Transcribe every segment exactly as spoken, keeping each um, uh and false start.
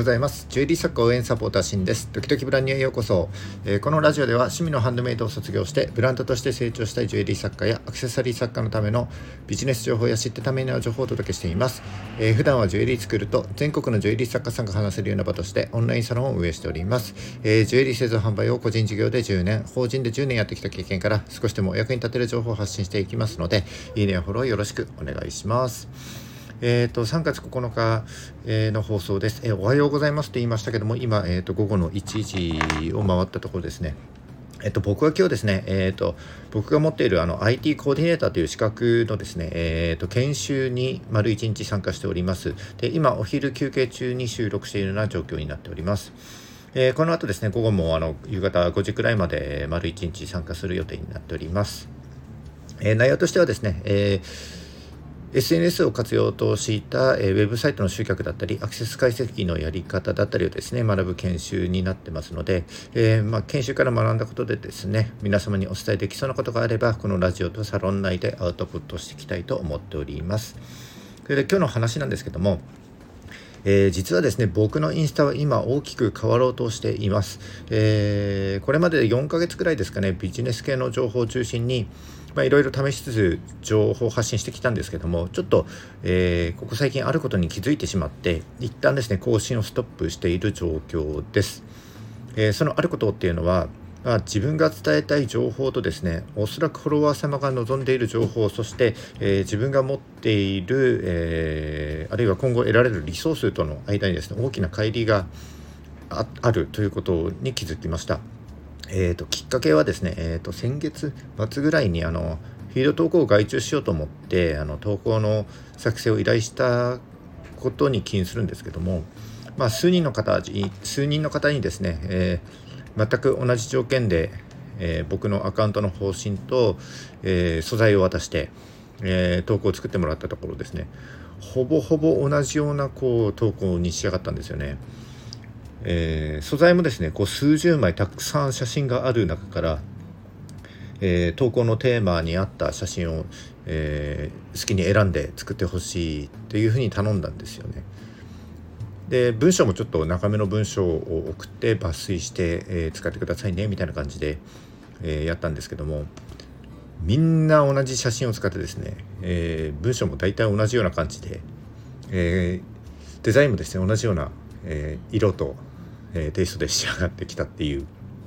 ございます。ジュエリー作家応援サポーターシンです。時々ブランニュへようこそ、えー、このラジオでは趣味のハンドメイドを卒業してブランドとして成長したいジュエリー作家やアクセサリー作家のためのビジネス情報や知ってためになる情報をお届けしています。えー、普段はジュエリースクールと全国のジュエリー作家さんが話せるような場としてオンラインサロンを運営しております。えー、ジュエリー製造販売を個人事業でじゅうねん、法人でじゅうねんやってきた経験から少しでもお役に立てる情報を発信していきますので、いいねやフォローよろしくお願いします。えー、とさんがつここのか、えー、の放送です、えー。おはようございますと言いましたけども、今、えー、と午後のいちじを回ったところですね。えっと、僕は今日ですね、えー、と僕が持っているあの アイティー コーディネーターという資格のですね、えー、と研修に丸いちにち参加しております。で、今お昼休憩中に収録しているような状況になっております。えー、この後ですね、午後もあの夕方ごじくらいまで丸いちにち参加する予定になっております。えー、内容としてはですね、えーエスエヌエス を活用とした、えー、ウェブサイトの集客だったりアクセス解析のやり方だったりをですね学ぶ研修になってますので、えーまあ、研修から学んだことでですね皆様にお伝えできそうなことがあればこのラジオとサロン内でアウトプットしていきたいと思っております。それで今日の話なんですけども、えー、実はですね僕のインスタは今大きく変わろうとしています。えー、これまでよんかげつくらいですかね、ビジネス系の情報を中心にいろいろ試しつつ情報発信してきたんですけども、ちょっと、えー、ここ最近あることに気づいてしまって一旦ですね更新をストップしている状況です。えー、そのあることっていうのは、まあ、自分が伝えたい情報とですねおそらくフォロワー様が望んでいる情報、そして、えー、自分が持っている、えー、あるいは今後得られるリソースとの間にですね大きな乖離が あ, あるということに気づきました。えー、ときっかけはですね、えー、と先月末ぐらいにあのフィード投稿を外注しようと思ってあの投稿の作成を依頼したことに起因するんですけども、まあ、数人の方数人の方にですね、えー、全く同じ条件で、えー、僕のアカウントの方針と、えー、素材を渡して、えー、投稿を作ってもらったところですね、ほぼほぼ同じようなこう投稿に仕上がったんですよね。えー、素材もですねこう数十枚たくさん写真がある中から、えー、投稿のテーマに合った写真を、えー、好きに選んで作ってほしいというふうに頼んだんですよね。で文章もちょっと長めの文章を送って抜粋して、えー、使ってくださいねみたいな感じで、えー、やったんですけども、みんな同じ写真を使ってですね、えー、文章も大体同じような感じで、えー、デザインもですね同じような、えー、色とえー、テイストで仕上がってきたっていう、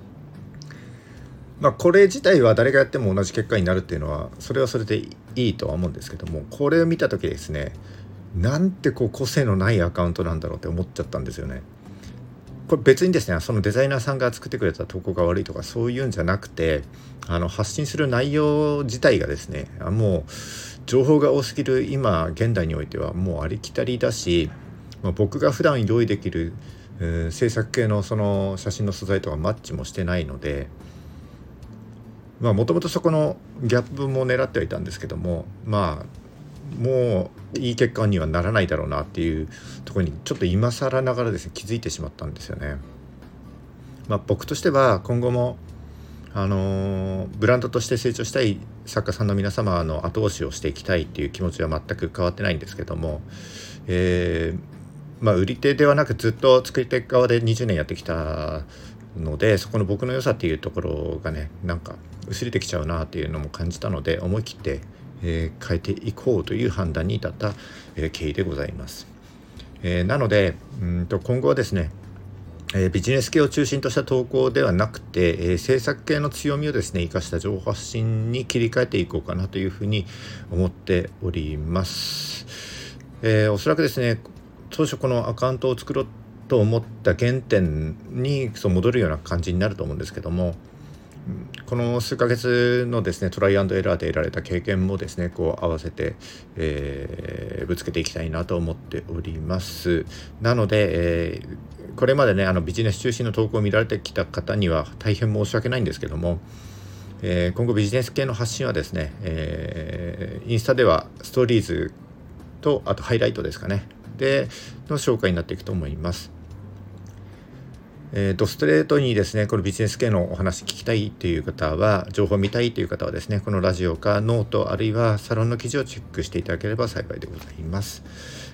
まあこれ自体は誰がやっても同じ結果になるっていうのはそれはそれでいいとは思うんですけども、これを見た時ですねなんてこう個性のないアカウントなんだろうって思っちゃったんですよね。これ別にですねそのデザイナーさんが作ってくれた投稿が悪いとかそういうんじゃなくて、あの発信する内容自体がですねもう情報が多すぎる今現代においてはもうありきたりだし、まあ、僕が普段用意できるえー、制作系のその写真の素材とはマッチもしてないので、まあもともとそこのギャップも狙ってはいたんですけども、まあもういい結果にはならないだろうなっていうところにちょっと今更ながらですね気づいてしまったんですよね。まあ僕としては今後もあのー、ブランドとして成長したい作家さんの皆様の後押しをしていきたいっていう気持ちは全く変わってないんですけども、えーまあ、売り手ではなくずっと作り手側でにじゅうねんやってきたので、そこの僕の良さっていうところがねなんか薄れてきちゃうなっていうのも感じたので、思い切って、えー、変えていこうという判断に至った、えー、経緯でございます。えー、なのでうんと今後はですね、えー、ビジネス系を中心とした投稿ではなくて、えー、制作系の強みをですね生かした情報発信に切り替えていこうかなというふうに思っております。えー、おそらくですね当初このアカウントを作ろうと思った原点にそう戻るような感じになると思うんですけども、この数ヶ月のですねトライアンドエラーで得られた経験もですねこう合わせて、えー、ぶつけていきたいなと思っております。なので、えー、これまでねあのビジネス中心の投稿を見られてきた方には大変申し訳ないんですけども、えー、今後ビジネス系の発信はですね、えー、インスタではストーリーズとあとハイライトですかねでの紹介になっていくと思います。えー、ドストレートにですねこのビジネス系のお話聞きたいという方は、情報を見たいという方はですねこのラジオかノートあるいはサロンの記事をチェックしていただければ幸いでございます。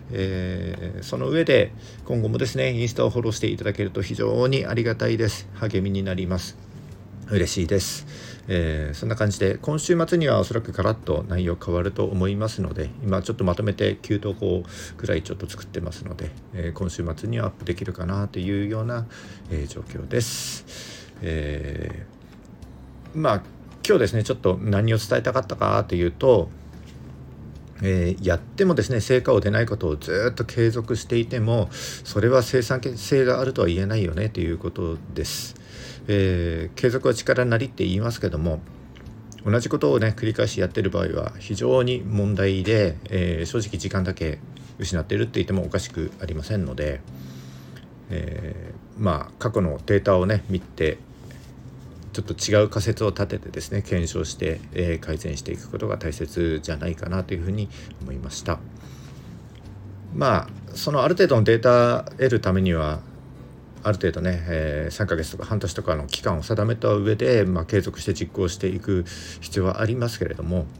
えー、その上で今後もですねインスタをフォローしていただけると非常にありがたいです。励みになります。嬉しいです。えー、そんな感じで今週末にはおそらくガラッと内容変わると思いますので、今ちょっとまとめてきゅう投稿ぐらいちょっと作ってますので、えー、今週末にはアップできるかなというような、えー、状況です。えー、まあ今日ですねちょっと何を伝えたかったかというと、えー、やってもですね成果を出ないことをずっと継続していてもそれは生産性があるとは言えないよねということです。えー、継続は力なりって言いますけども、同じことをね繰り返しやっている場合は非常に問題で、えー、正直時間だけ失っているって言ってもおかしくありませんので、えー、まあ過去のデータをね見てちょっと違う仮説を立ててですね検証して、えー、改善していくことが大切じゃないかなというふうに思いました。まあそのある程度のデータを得るためにはある程度ね、えー、さんかげつとか半年とかの期間を定めた上で、まあ、継続して実行していく必要はありますけれども、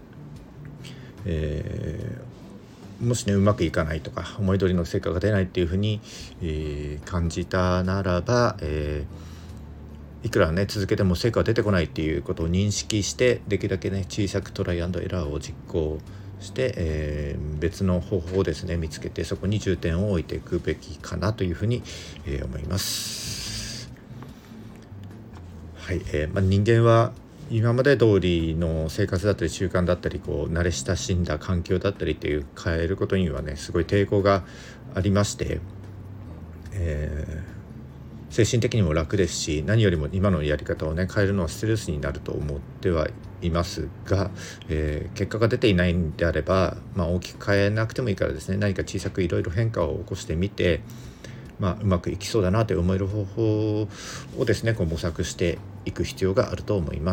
えー、もしねうまくいかないとか思い通りの成果が出ないっていうふうに、えー、感じたならば、えー、いくらね続けても成果が出てこないっていうことを認識してできるだけね小さくトライアンドエラーを実行して、えー、別の方法をですね見つけてそこに重点を置いていくべきかなというふうに、えー、思います。はい、えーまあ、人間は今まで通りの生活だったり習慣だったりこう慣れ親しんだ環境だったりっていう変えることにはねすごい抵抗がありまして、えー、精神的にも楽ですし何よりも今のやり方をね変えるのはストレスになると思ってはいますが、えー、結果が出ていないんであれば、まあ、大きく変えなくてもいいからですね何か小さくいろいろ変化を起こしてみて、まあ、うまくいきそうだなと思える方法をですねこう模索していく必要があると思います。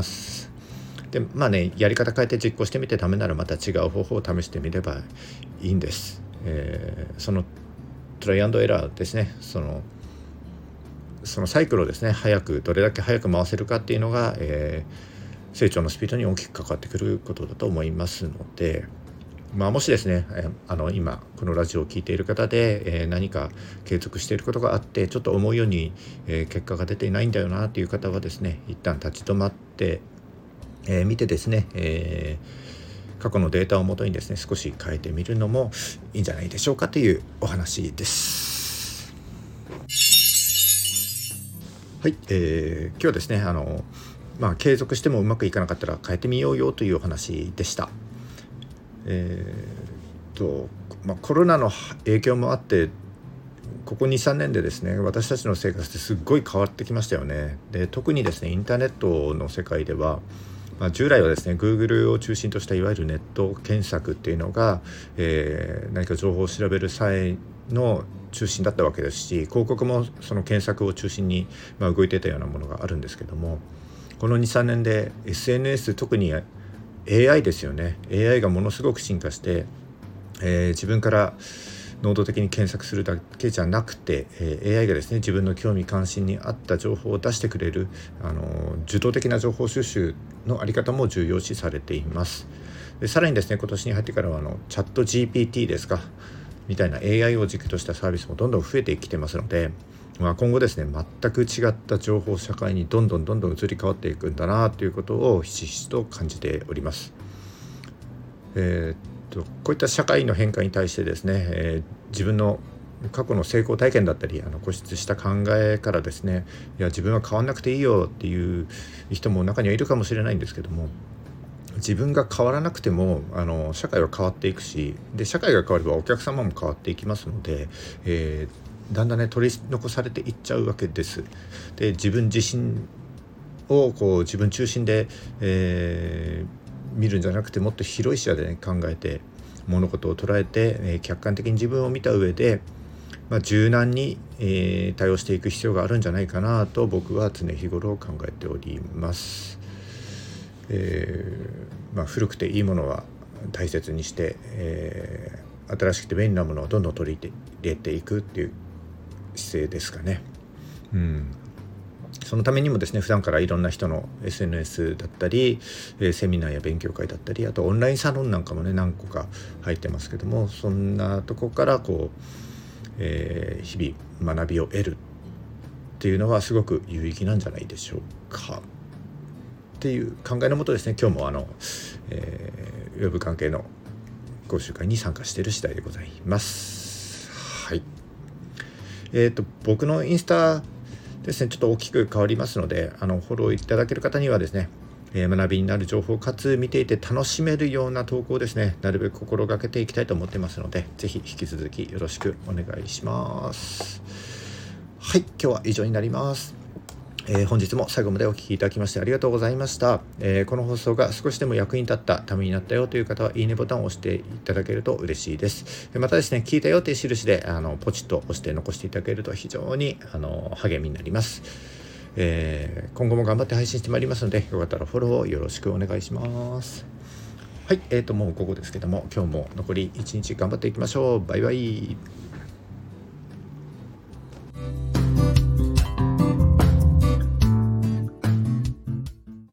でまあねやり方変えて実行してみてダメならまた違う方法を試してみればいいんです。えー、そのトライアンドエラーですねそのそのサイクルをですね早くどれだけ早く回せるかっていうのが、えー成長のスピードに大きく関わってくることだと思いますので、まあ、もしですねあの今このラジオを聞いている方で、えー、何か継続していることがあってちょっと思うように、えー、結果が出ていないんだよなという方はですね一旦立ち止まって、えー、見てですね、えー、過去のデータをもとにですね少し変えてみるのもいいんじゃないでしょうかというお話です。はい、えー、今日はですねあのまあ、継続してもうまくいかなかったら変えてみようよというお話でした。えーとまあ、コロナの影響もあってここ にさんねんでですね私たちの生活ってすっごい変わってきましたよね。で特にですねインターネットの世界では、まあ、従来はですね Google を中心としたいわゆるネット検索っていうのが、えー、何か情報を調べる際の中心だったわけですし広告もその検索を中心に、まあ、動いていたようなものがあるんですけども、この にさんねんで エスエヌエス 特に エーアイ ですよね エーアイ がものすごく進化して、えー、自分から能動的に検索するだけじゃなくて、えー、エーアイ がですね自分の興味関心に合った情報を出してくれる、あのー、受動的な情報収集のあり方も重要視されています。でさらにですね今年に入ってからはあのチャット ジーピーティー ですかみたいな エーアイ を軸としたサービスもどんどん増えてきてますので、まあ、今後ですね全く違った情報社会にどんどんどんどん移り変わっていくんだなということをひしひしと感じております。えー、っとこういった社会の変化に対してですね、えー、自分の過去の成功体験だったりあの固執した考えからですねいや自分は変わんなくていいよっていう人も中にはいるかもしれないんですけども、自分が変わらなくてもあの社会は変わっていくしで社会が変わればお客様も変わっていきますので、えーだんだんね取り残されていっちゃうわけです。で自分自身をこう自分中心で、えー、見るんじゃなくてもっと広い視野で、ね、考えて物事を捉えて、えー、客観的に自分を見た上で、まあ、柔軟に、えー、対応していく必要があるんじゃないかなと僕は常日頃考えております。えーまあ、古くていいものは大切にして、えー、新しくて便利なものをどんどん取り入れていくっていう姿勢ですかね。うんそのためにもですね、普段からいろんな人の エスエヌエス だったり、えー、セミナーや勉強会だったり、あとオンラインサロンなんかもね何個か入ってますけども、そんなとこからこう、えー、日々学びを得るっていうのはすごく有意義なんじゃないでしょうかっていう考えのもとですね、今日もあの、えー、ウェブ関係の講習会に参加している次第でございます。はい。えっと僕のインスタですね、ちょっと大きく変わりますので、あのフォローいただける方にはですね、えー、学びになる情報かつ見ていて楽しめるような投稿をですね、なるべく心がけていきたいと思ってますので、ぜひ引き続きよろしくお願いします。はい、今日は以上になります。えー、本日も最後までお聞きいただきましてありがとうございました。えー、この放送が少しでも役に立った、ためになったよという方は、いいねボタンを押していただけると嬉しいです。またですね、聞いたよという印であのポチッと押して残していただけると非常にあの励みになります。えー、今後も頑張って配信してまいりますので、よかったらフォローをよろしくお願いします。はい、えーともう午後ですけども、今日も残りいちにち頑張っていきましょう。バイバイ。